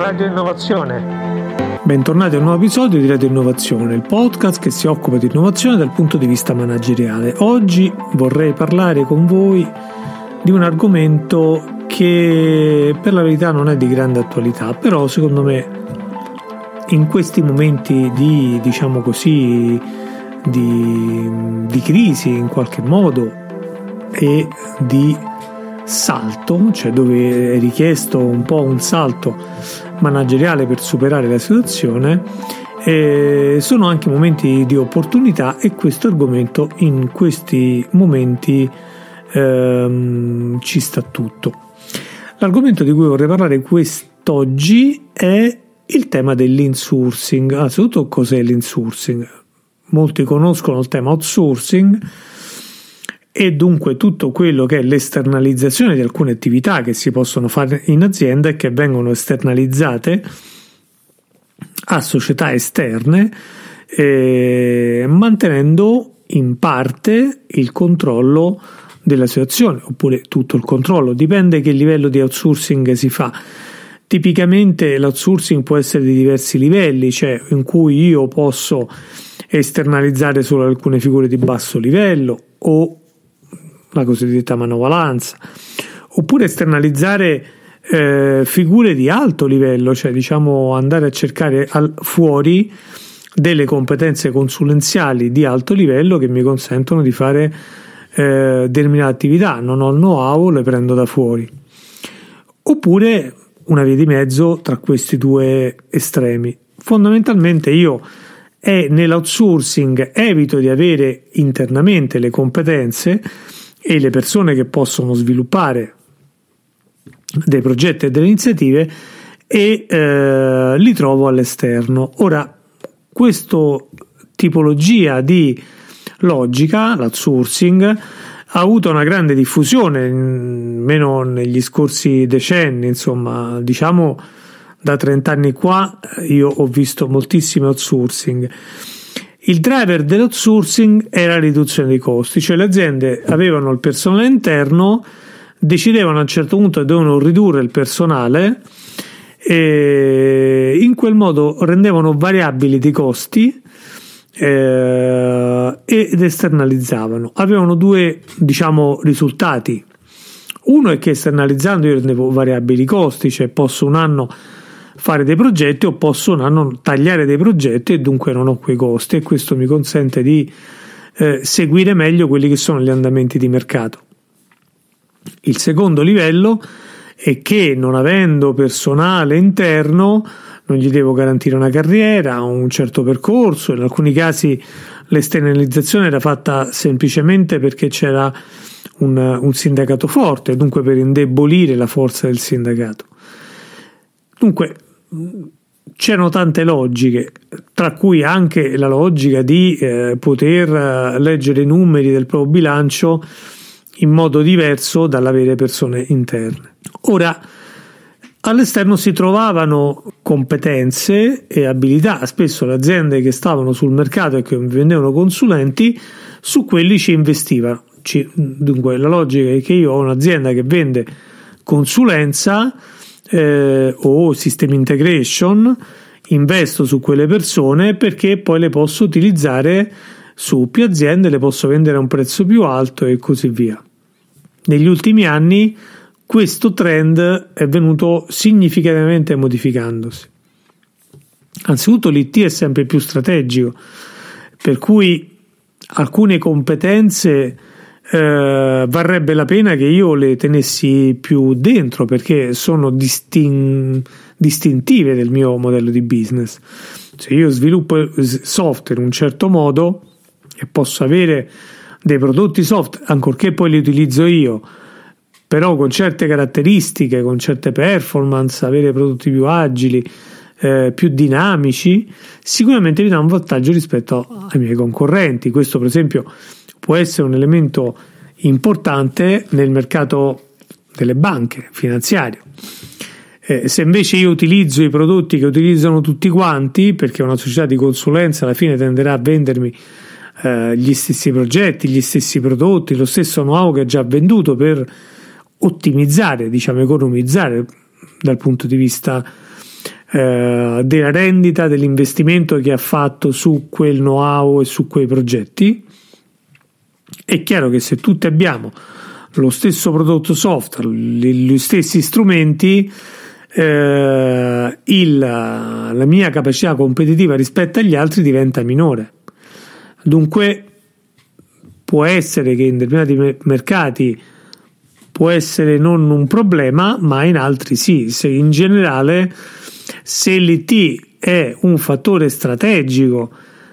Radio Innovazione. Bentornati a un nuovo episodio di Radio Innovazione, il podcast che si occupa di innovazione dal punto di vista manageriale. Oggi vorrei parlare con voi di un argomento che per la verità non è di grande attualità, però secondo me in questi momenti di crisi in qualche modo e di salto, cioè dove è richiesto un po' un salto manageriale per superare la situazione, sono anche momenti di opportunità, e questo argomento in questi momenti ci sta tutto. L'argomento di cui vorrei parlare quest'oggi è il tema dell'insourcing. Anzitutto, cos'è l'insourcing? Molti conoscono il tema outsourcing, e dunque tutto quello che è l'esternalizzazione di alcune attività che si possono fare in azienda e che vengono esternalizzate a società esterne, mantenendo in parte il controllo della situazione, oppure tutto il controllo, dipende che livello di outsourcing si fa. Tipicamente l'outsourcing può essere di diversi livelli, cioè in cui io posso esternalizzare solo alcune figure di basso livello, o la cosiddetta manovalanza, oppure esternalizzare figure di alto livello, cioè andare a cercare fuori delle competenze consulenziali di alto livello che mi consentono di fare determinate attività. Non ho il know-how, le prendo da fuori. Oppure una via di mezzo tra questi due estremi. Fondamentalmente io nell'outsourcing evito di avere internamente le competenze e le persone che possono sviluppare dei progetti e delle iniziative, e li trovo all'esterno. Ora, questa tipologia di logica, l'outsourcing, ha avuto una grande diffusione, meno negli scorsi decenni, da 30 anni qua io ho visto moltissimo outsourcing. Il driver dell'outsourcing era la riduzione dei costi, cioè le aziende avevano il personale interno, decidevano a un certo punto che dovevano ridurre il personale, e in quel modo rendevano variabili dei costi ed esternalizzavano. Avevano due risultati. Uno è che esternalizzando io rendevo variabili i costi, cioè posso un anno fare dei progetti o posso un anno tagliare dei progetti, e dunque non ho quei costi, e questo mi consente di seguire meglio quelli che sono gli andamenti di mercato. Il secondo livello è che, non avendo personale interno, non gli devo garantire una carriera, un certo percorso. In alcuni casi l'esternalizzazione era fatta semplicemente perché c'era un sindacato forte, dunque per indebolire la forza del sindacato. Dunque c'erano tante logiche, tra cui anche la logica di poter leggere i numeri del proprio bilancio in modo diverso dall'avere persone interne. Ora, all'esterno si trovavano competenze e abilità. Spesso le aziende che stavano sul mercato e che vendevano consulenti, su quelli ci investivano. Dunque la logica è che io ho un'azienda che vende consulenza o system integration, investo su quelle persone perché poi le posso utilizzare su più aziende, le posso vendere a un prezzo più alto e così via. Negli ultimi anni questo trend è venuto significativamente modificandosi. Anzitutto l'IT è sempre più strategico, per cui alcune competenze varrebbe la pena che io le tenessi più dentro, perché sono distintive del mio modello di business. Se io sviluppo software in un certo modo e posso avere dei prodotti software, ancorché poi li utilizzo io, però con certe caratteristiche, con certe performance, avere prodotti più agili, più dinamici, sicuramente mi dà un vantaggio rispetto ai miei concorrenti. Questo, per esempio, può essere un elemento importante nel mercato delle banche finanziarie. Se invece io utilizzo i prodotti che utilizzano tutti quanti, perché una società di consulenza alla fine tenderà a vendermi gli stessi progetti, gli stessi prodotti, lo stesso know-how che ha già venduto, per ottimizzare, economizzare dal punto di vista della rendita dell'investimento che ha fatto su quel know-how e su quei progetti. È chiaro che se tutti abbiamo lo stesso prodotto software, gli stessi strumenti, la mia capacità competitiva rispetto agli altri diventa minore. Dunque può essere che in determinati mercati può essere non un problema, ma in altri sì. Se in generale, se l'IT è un fattore strategico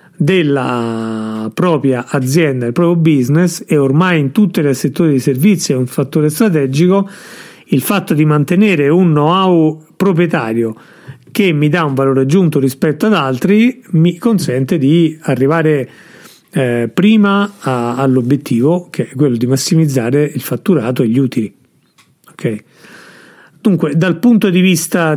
della propria azienda, del proprio business, e ormai in tutti i settori di servizi è un fattore strategico, il fatto di mantenere un know-how proprietario che mi dà un valore aggiunto rispetto ad altri mi consente di arrivare prima all'obiettivo, che è quello di massimizzare il fatturato e gli utili. Ok? Dunque, dal punto di vista,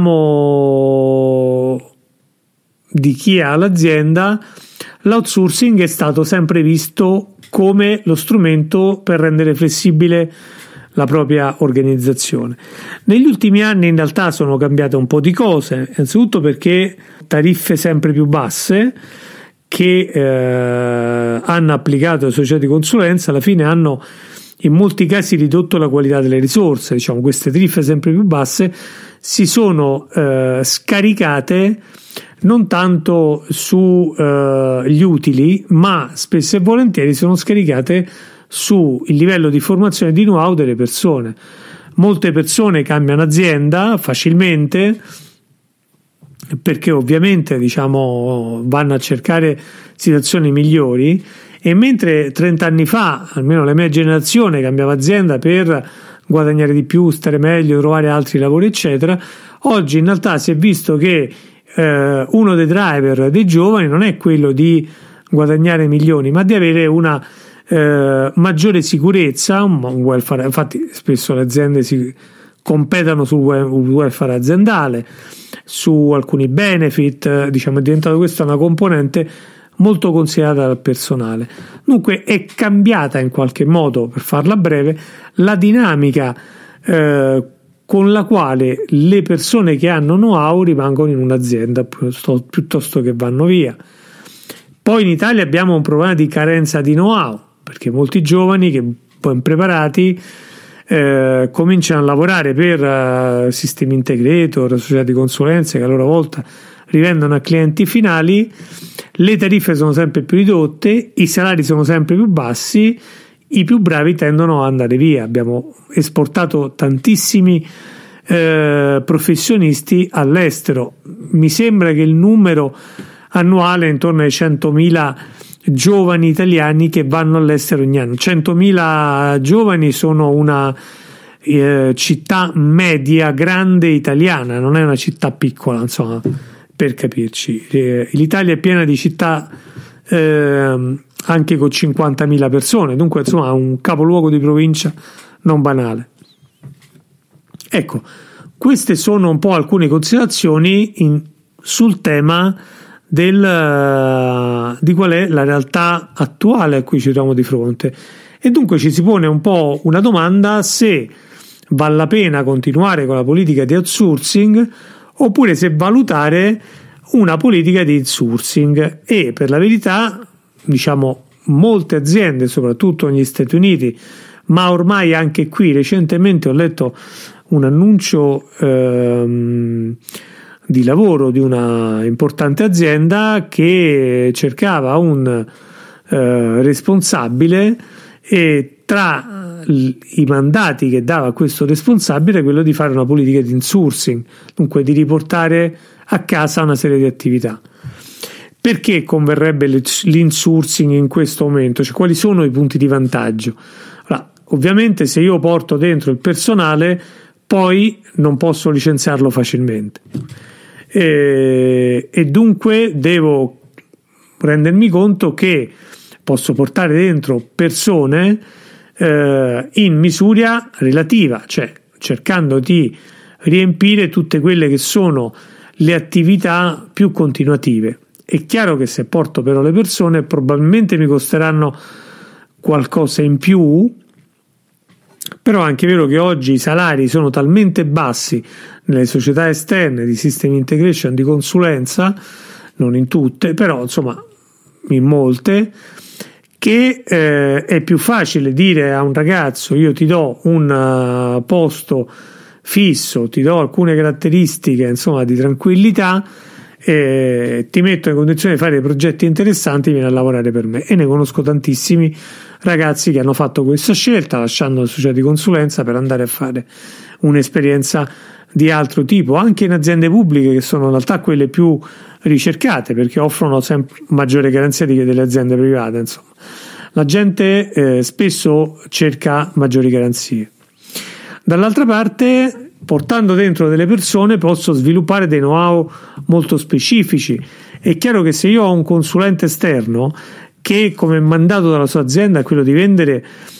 diciamo, di chi ha l'azienda, l'outsourcing è stato sempre visto come lo strumento per rendere flessibile la propria organizzazione. Negli ultimi anni in realtà sono cambiate un po' di cose, innanzitutto perché tariffe sempre più basse che hanno applicato le società di consulenza alla fine hanno in molti casi ridotto la qualità delle risorse. Diciamo, queste tariffe sempre più basse si sono scaricate non tanto sugli utili, ma spesso e volentieri sono scaricate sul livello di formazione e di know-how delle persone. Molte persone cambiano azienda facilmente perché ovviamente, diciamo, vanno a cercare situazioni migliori, e mentre 30 anni fa, almeno la mia generazione, cambiava azienda per guadagnare di più, stare meglio, trovare altri lavori eccetera, oggi in realtà si è visto che uno dei driver dei giovani non è quello di guadagnare milioni, ma di avere una maggiore sicurezza, un welfare. Infatti spesso le aziende si competono sul welfare aziendale, su alcuni benefit, diciamo, è diventato questa una componente molto considerata dal personale. Dunque è cambiata in qualche modo, per farla breve, la dinamica con la quale le persone che hanno know-how rimangono in un'azienda piuttosto che vanno via. Poi in Italia abbiamo un problema di carenza di know-how, perché molti giovani che ben preparati cominciano a lavorare per sistemi integrator, società di consulenza che a loro volta rivendono a clienti finali, le tariffe sono sempre più ridotte, i salari sono sempre più bassi, i più bravi tendono ad andare via. Abbiamo esportato tantissimi professionisti all'estero. Mi sembra che il numero annuale è intorno ai 100.000 giovani italiani che vanno all'estero ogni anno. 100.000 giovani sono una città media grande italiana, non è una città piccola, insomma, per capirci. L'Italia è piena di città anche con 50.000 persone, dunque insomma un capoluogo di provincia non banale. Ecco, queste sono un po' alcune considerazioni sul tema di qual è la realtà attuale a cui ci troviamo di fronte, e dunque ci si pone un po' una domanda: se vale la pena continuare con la politica di outsourcing oppure se valutare una politica di insourcing. E per la verità, diciamo, molte aziende, soprattutto negli Stati Uniti, ma ormai anche qui recentemente ho letto un annuncio di lavoro di una importante azienda che cercava un responsabile, e tra i mandati che dava questo responsabile quello di fare una politica di insourcing, dunque di riportare a casa una serie di attività. Perché converrebbe l'insourcing in questo momento? Cioè, quali sono i punti di vantaggio? Allora, ovviamente se io porto dentro il personale poi non posso licenziarlo facilmente, e dunque devo rendermi conto che posso portare dentro persone in misura relativa, cioè cercando di riempire tutte quelle che sono le attività più continuative. È chiaro che se porto però le persone probabilmente mi costeranno qualcosa in più, Però è anche vero che oggi i salari sono talmente bassi nelle società esterne di system integration, di consulenza, non in tutte, però insomma in molte, che è più facile dire a un ragazzo: io ti do un posto fisso, ti do alcune caratteristiche insomma di tranquillità, ti metto in condizione di fare dei progetti interessanti, vieni a lavorare per me. E ne conosco tantissimi ragazzi che hanno fatto questa scelta lasciando la società di consulenza per andare a fare un'esperienza di altro tipo, anche in aziende pubbliche, che sono in realtà quelle più ricercate perché offrono sempre maggiore garanzia delle aziende private. Insomma, la gente spesso cerca maggiori garanzie. Dall'altra parte, portando dentro delle persone, posso sviluppare dei know-how molto specifici. È chiaro che se io ho un consulente esterno che, come mandato dalla sua azienda, è quello di vendere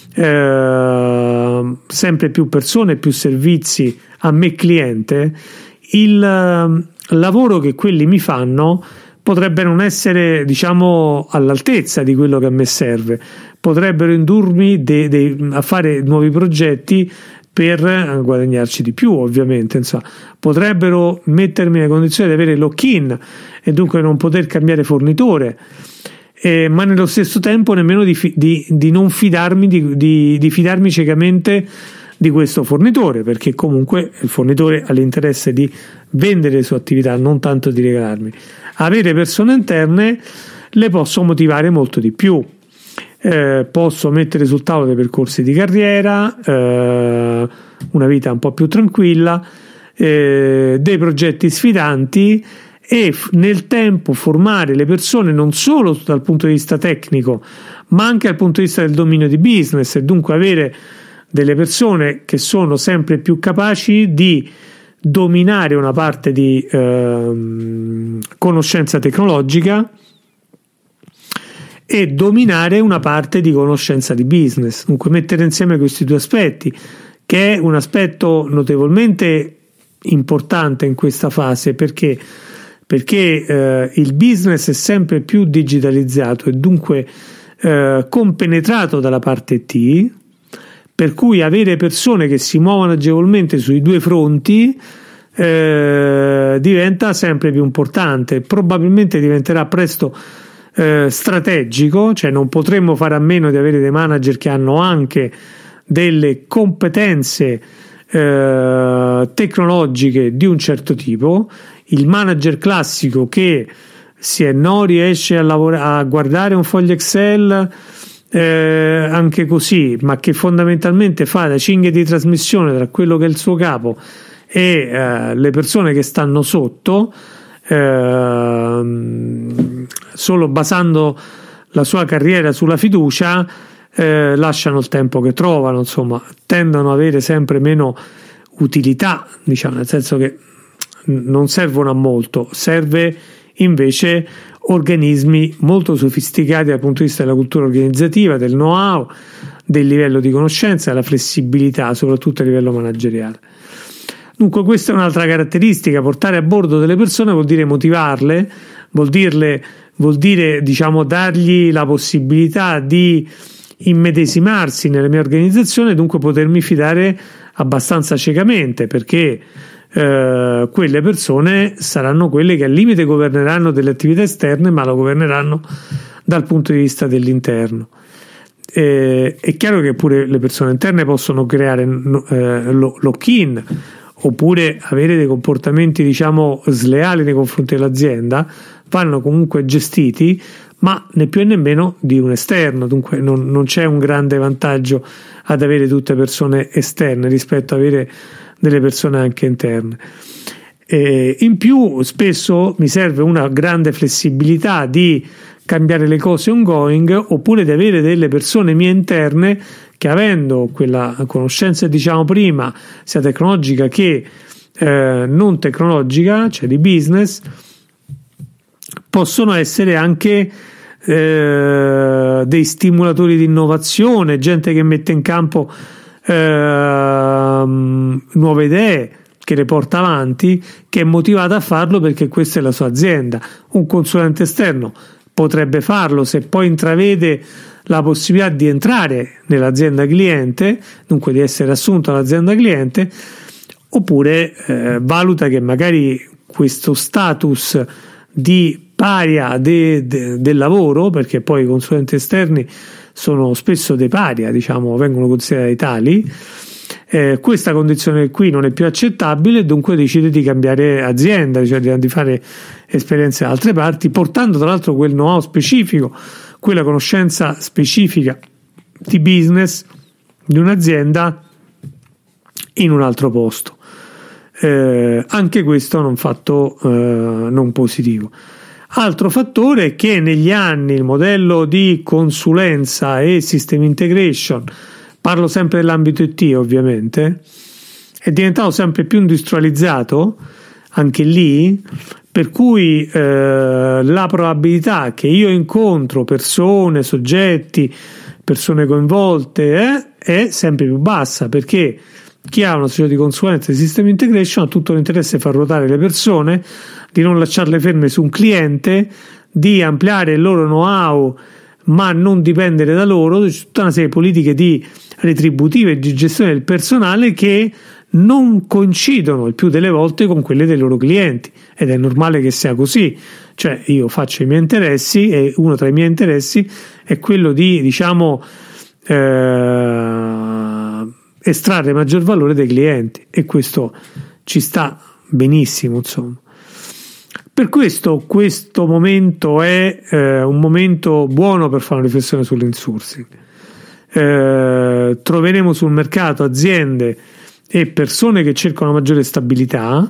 sempre più persone, più servizi a me cliente, il lavoro che quelli mi fanno potrebbe non essere, diciamo, all'altezza di quello che a me serve. Potrebbero indurmi a fare nuovi progetti per guadagnarci di più, ovviamente. Insomma, potrebbero mettermi nelle condizioni di avere lock-in e dunque non poter cambiare fornitore, ma nello stesso tempo nemmeno di non fidarmi, di fidarmi ciecamente di questo fornitore, perché comunque il fornitore ha l'interesse di vendere le sue attività, non tanto di regalarmi. Avere persone interne le posso motivare molto di più. Posso mettere sul tavolo dei percorsi di carriera, una vita un po' più tranquilla, dei progetti sfidanti, e nel tempo formare le persone non solo dal punto di vista tecnico ma anche dal punto di vista del dominio di business, e dunque avere delle persone che sono sempre più capaci di dominare una parte di conoscenza tecnologica e dominare una parte di conoscenza di business. Dunque mettere insieme questi due aspetti, che è un aspetto notevolmente importante in questa fase, perché il business è sempre più digitalizzato e dunque compenetrato dalla parte T, per cui avere persone che si muovono agevolmente sui due fronti diventa sempre più importante. Probabilmente diventerà presto strategico, cioè non potremmo fare a meno di avere dei manager che hanno anche delle competenze tecnologiche di un certo tipo. Il manager classico che se no riesce a guardare un foglio Excel anche così, ma che fondamentalmente fa da cinghia di trasmissione tra quello che è il suo capo e le persone che stanno sotto, solo basando la sua carriera sulla fiducia, lasciano il tempo che trovano, insomma tendono ad avere sempre meno utilità, diciamo, nel senso che non servono a molto. Serve invece organismi molto sofisticati dal punto di vista della cultura organizzativa, del know-how, del livello di conoscenza e della flessibilità, soprattutto a livello manageriale. Dunque questa è un'altra caratteristica: portare a bordo delle persone vuol dire motivarle, vuol dire diciamo dargli la possibilità di immedesimarsi nella mia organizzazione, dunque potermi fidare abbastanza ciecamente, perché quelle persone saranno quelle che al limite governeranno delle attività esterne, ma lo governeranno dal punto di vista dell'interno. È chiaro che pure le persone interne possono creare lock-in oppure avere dei comportamenti, diciamo, sleali nei confronti dell'azienda, vanno comunque gestiti, ma né più né meno di un esterno. Dunque non c'è un grande vantaggio ad avere tutte persone esterne rispetto ad avere delle persone anche interne. In più spesso mi serve una grande flessibilità di cambiare le cose ongoing, oppure di avere delle persone mie interne che, avendo quella conoscenza, diciamo prima, sia tecnologica che non tecnologica, cioè di business, possono essere anche dei stimolatori di innovazione, gente che mette in campo nuove idee, che le porta avanti, che è motivata a farlo perché questa è la sua azienda. Un consulente esterno potrebbe farlo se poi intravede la possibilità di entrare nell'azienda cliente, dunque di essere assunto all'azienda cliente, oppure valuta che magari questo status di paria del lavoro, perché poi i consulenti esterni sono spesso dei paria, diciamo, vengono considerati tali, questa condizione qui non è più accettabile e dunque decide di cambiare azienda, cioè di fare esperienze da altre parti, portando tra l'altro quel know-how specifico, quella conoscenza specifica di business di un'azienda in un altro posto. Anche questo è un fatto non positivo. Altro fattore è che negli anni il modello di consulenza e system integration, parlo sempre dell'ambito IT ovviamente, è diventato sempre più industrializzato anche lì, per cui la probabilità che io incontro persone, soggetti, persone coinvolte è sempre più bassa, perché chi ha una società di consulenza e system integration ha tutto l'interesse di far ruotare le persone, di non lasciarle ferme su un cliente, di ampliare il loro know-how ma non dipendere da loro, tutta una serie di politiche di retributive e di gestione del personale che non coincidono il più delle volte con quelle dei loro clienti, ed è normale che sia così. Cioè io faccio i miei interessi e uno tra i miei interessi è quello di, diciamo, estrarre maggior valore dai clienti, e questo ci sta benissimo, insomma. Per questo momento è un momento buono per fare una riflessione sull'insourcing. Troveremo sul mercato aziende e persone che cercano maggiore stabilità,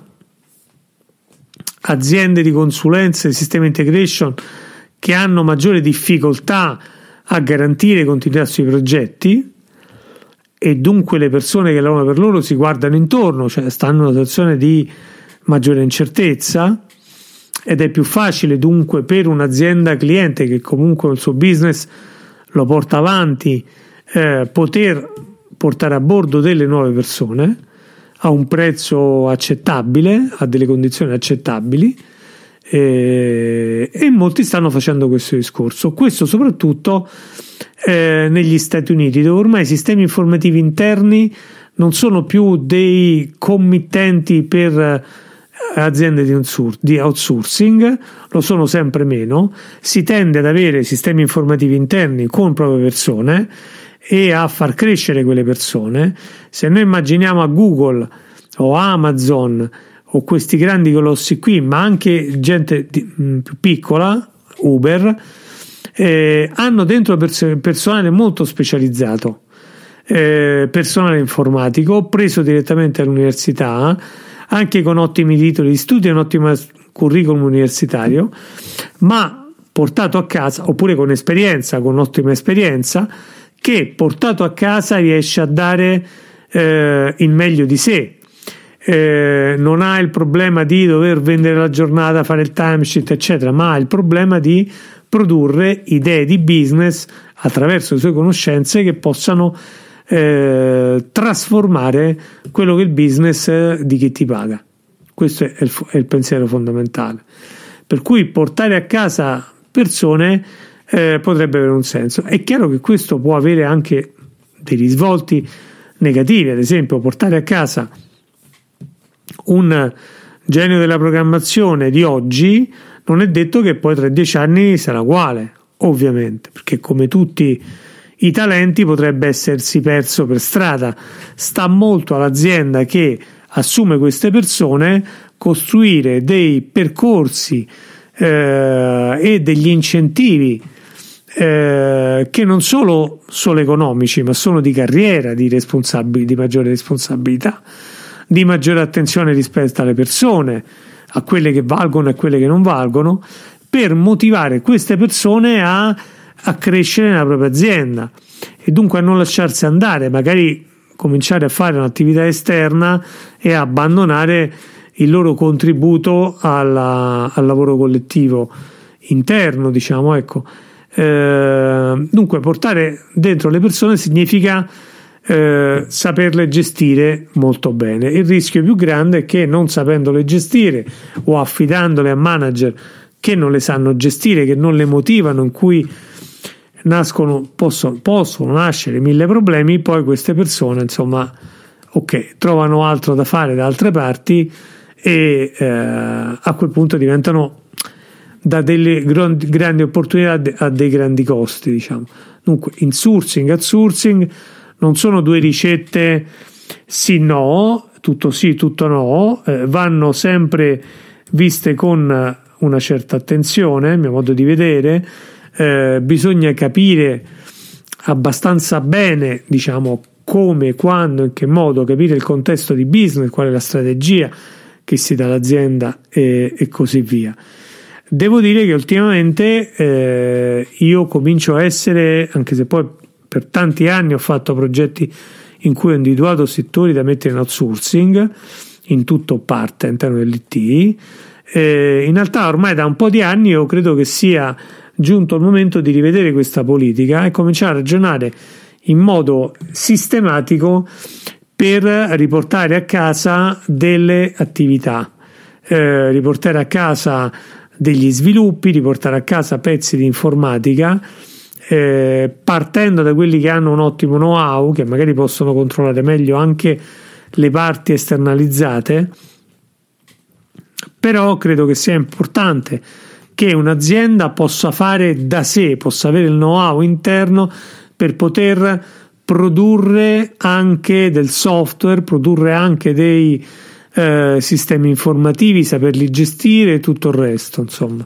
aziende di consulenza e sistema integration che hanno maggiore difficoltà a garantire continuità sui progetti, e dunque le persone che lavorano per loro si guardano intorno, cioè stanno in una situazione di maggiore incertezza, ed è più facile dunque per un'azienda cliente che comunque il suo business lo porta avanti, poter portare a bordo delle nuove persone a un prezzo accettabile, a delle condizioni accettabili, e molti stanno facendo questo discorso. Questo soprattutto negli Stati Uniti, dove ormai i sistemi informativi interni non sono più dei committenti per aziende di outsourcing, lo sono sempre meno. Si tende ad avere sistemi informativi interni con proprie persone e a far crescere quelle persone. Se noi immaginiamo a Google o Amazon o questi grandi colossi qui, ma anche gente più piccola, Uber, hanno dentro personale molto specializzato, personale informatico preso direttamente all'università, anche con ottimi titoli di studio e un ottimo curriculum universitario, ma portato a casa, oppure con ottima esperienza, che portato a casa riesce a dare il meglio di sé. Non ha il problema di dover vendere la giornata, fare il timesheet eccetera, ma ha il problema di produrre idee di business attraverso le sue conoscenze che possano trasformare quello che è il business di chi ti paga. Questo è il pensiero fondamentale, per cui portare a casa persone potrebbe avere un senso. È chiaro che questo può avere anche dei risvolti negativi, ad esempio portare a casa un genio della programmazione di oggi non è detto che poi tra 10 anni sarà uguale, ovviamente, perché come tutti i talenti potrebbe essersi perso per strada. Sta molto all'azienda che assume queste persone costruire dei percorsi e degli incentivi che non sono economici, ma sono di carriera, di maggiore responsabilità, di maggiore attenzione rispetto alle persone, a quelle che valgono e a quelle che non valgono, per motivare queste persone a crescere nella propria azienda e dunque a non lasciarsi andare, magari cominciare a fare un'attività esterna e abbandonare il loro contributo al lavoro collettivo interno, diciamo, ecco. Dunque portare dentro le persone significa saperle gestire molto bene. Il rischio più grande è che, non sapendole gestire o affidandole a manager che non le sanno gestire, che non le motivano, in cui possono nascere 1000 problemi, poi queste persone insomma trovano altro da fare da altre parti e a quel punto diventano da delle grandi opportunità a dei grandi costi, diciamo. Dunque insourcing, outsourcing non sono due ricette sì no, tutto sì, tutto no, vanno sempre viste con una certa attenzione, a mio modo di vedere. Bisogna capire abbastanza bene, diciamo, come, quando, in che modo, capire il contesto di business, qual è la strategia che si dà all'azienda e così via. Devo dire che ultimamente io comincio a essere, anche se poi per tanti anni ho fatto progetti in cui ho individuato settori da mettere in outsourcing, in tutto o parte all'interno dell'IT, in realtà ormai da un po' di anni io credo che sia giunto il momento di rivedere questa politica e cominciare a ragionare in modo sistematico per riportare a casa delle attività, riportare a casa degli sviluppi, riportare a casa pezzi di informatica, partendo da quelli che hanno un ottimo know-how, che magari possono controllare meglio anche le parti esternalizzate. Però credo che sia importante che un'azienda possa fare da sé, possa avere il know-how interno per poter produrre anche del software, produrre anche dei sistemi informativi, saperli gestire e tutto il resto, insomma.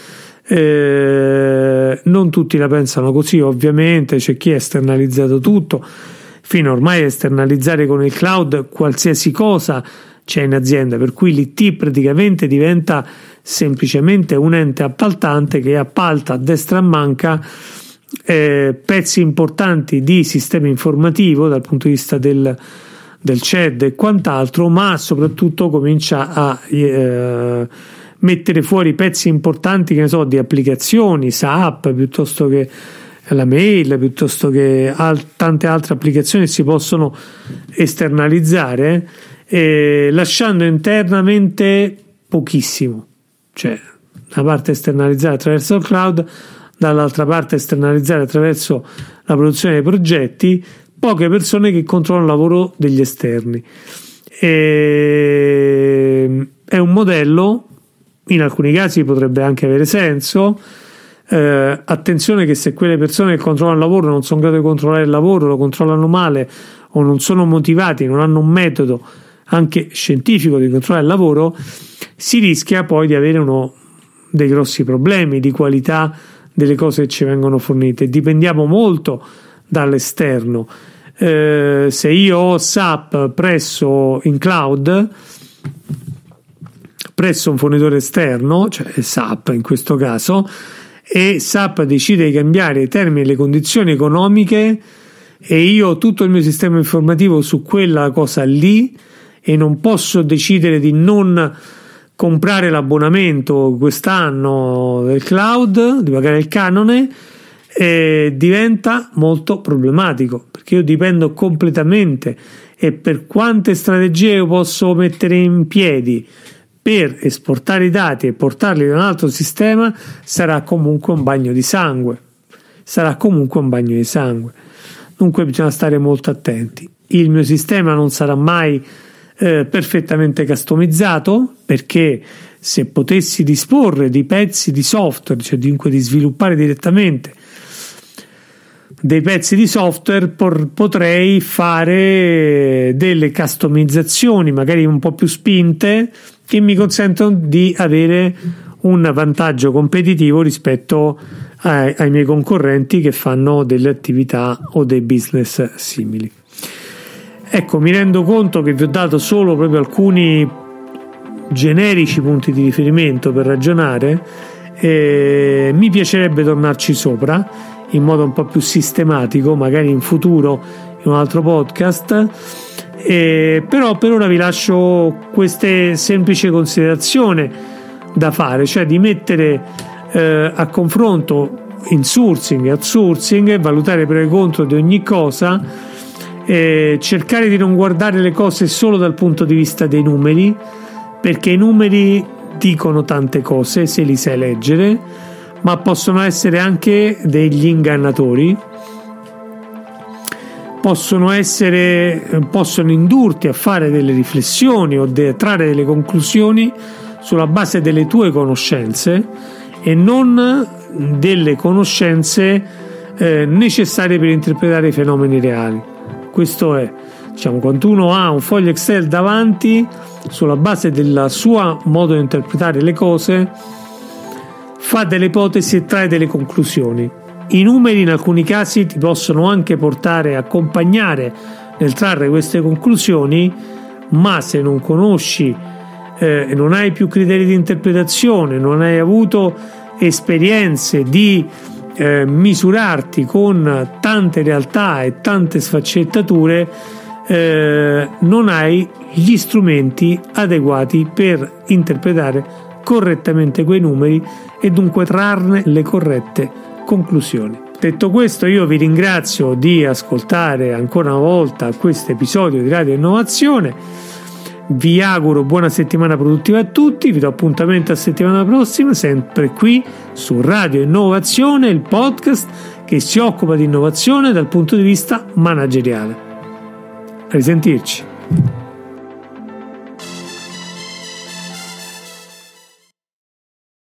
Non tutti la pensano così, ovviamente c'è chi ha esternalizzato tutto, fino ormai a esternalizzare con il cloud qualsiasi cosa c'è in azienda, per cui l'IT praticamente diventa semplicemente un ente appaltante che appalta a destra e a manca pezzi importanti di sistema informativo dal punto di vista del CED e quant'altro, ma soprattutto comincia a mettere fuori pezzi importanti, che ne so, di applicazioni, SAP, piuttosto che la mail, piuttosto che tante altre applicazioni si possono esternalizzare, lasciando internamente pochissimo, cioè una parte esternalizzare attraverso il cloud, dall'altra parte esternalizzare attraverso la produzione dei progetti, poche persone che controllano il lavoro degli esterni. È un modello, in alcuni casi potrebbe anche avere senso. Attenzione che se quelle persone che controllano il lavoro non sono in grado di controllare il lavoro, lo controllano male o non sono motivati, non hanno un metodo anche scientifico di controllare il lavoro, si rischia poi di avere dei grossi problemi di qualità delle cose che ci vengono fornite. Dipendiamo molto dall'esterno. Se io ho SAP presso in cloud, presso un fornitore esterno, cioè SAP in questo caso, e SAP decide di cambiare i termini e le condizioni economiche e io ho tutto il mio sistema informativo su quella cosa lì e non posso decidere di non comprare l'abbonamento quest'anno del cloud, di pagare il canone, diventa molto problematico, perché io dipendo completamente, e per quante strategie io posso mettere in piedi per esportare i dati e portarli da un altro sistema, sarà comunque un bagno di sangue. Dunque bisogna stare molto attenti. Il mio sistema non sarà mai perfettamente customizzato, perché se potessi disporre di pezzi di software, cioè dunque di sviluppare direttamente dei pezzi di software, potrei fare delle customizzazioni magari un po' più spinte che mi consentono di avere un vantaggio competitivo rispetto ai miei concorrenti che fanno delle attività o dei business simili. Ecco, mi rendo conto che vi ho dato solo proprio alcuni generici punti di riferimento per ragionare. Mi piacerebbe tornarci sopra in modo un po' più sistematico, magari in futuro in un altro podcast, però per ora vi lascio queste semplici considerazioni da fare, cioè di mettere a confronto insourcing e outsourcing e valutare per e contro di ogni cosa, cercare di non guardare le cose solo dal punto di vista dei numeri, perché i numeri dicono tante cose se li sai leggere, ma possono essere anche degli ingannatori, possono indurti a fare delle riflessioni o trarre delle conclusioni sulla base delle tue conoscenze e non delle conoscenze necessarie per interpretare i fenomeni reali. Questo è, diciamo, quando uno ha un foglio Excel davanti, sulla base del suo modo di interpretare le cose fa delle ipotesi e trae delle conclusioni. I numeri in alcuni casi ti possono anche portare a accompagnare nel trarre queste conclusioni, ma se non conosci e non hai più criteri di interpretazione, non hai avuto esperienze di misurarti con tante realtà e tante sfaccettature, non hai gli strumenti adeguati per interpretare correttamente quei numeri e dunque trarne le corrette conclusioni. Detto questo, io vi ringrazio di ascoltare ancora una volta questo episodio di Radio Innovazione. Vi auguro buona settimana produttiva a tutti, vi do appuntamento a settimana prossima, sempre qui su Radio Innovazione, il podcast che si occupa di innovazione dal punto di vista manageriale. A risentirci.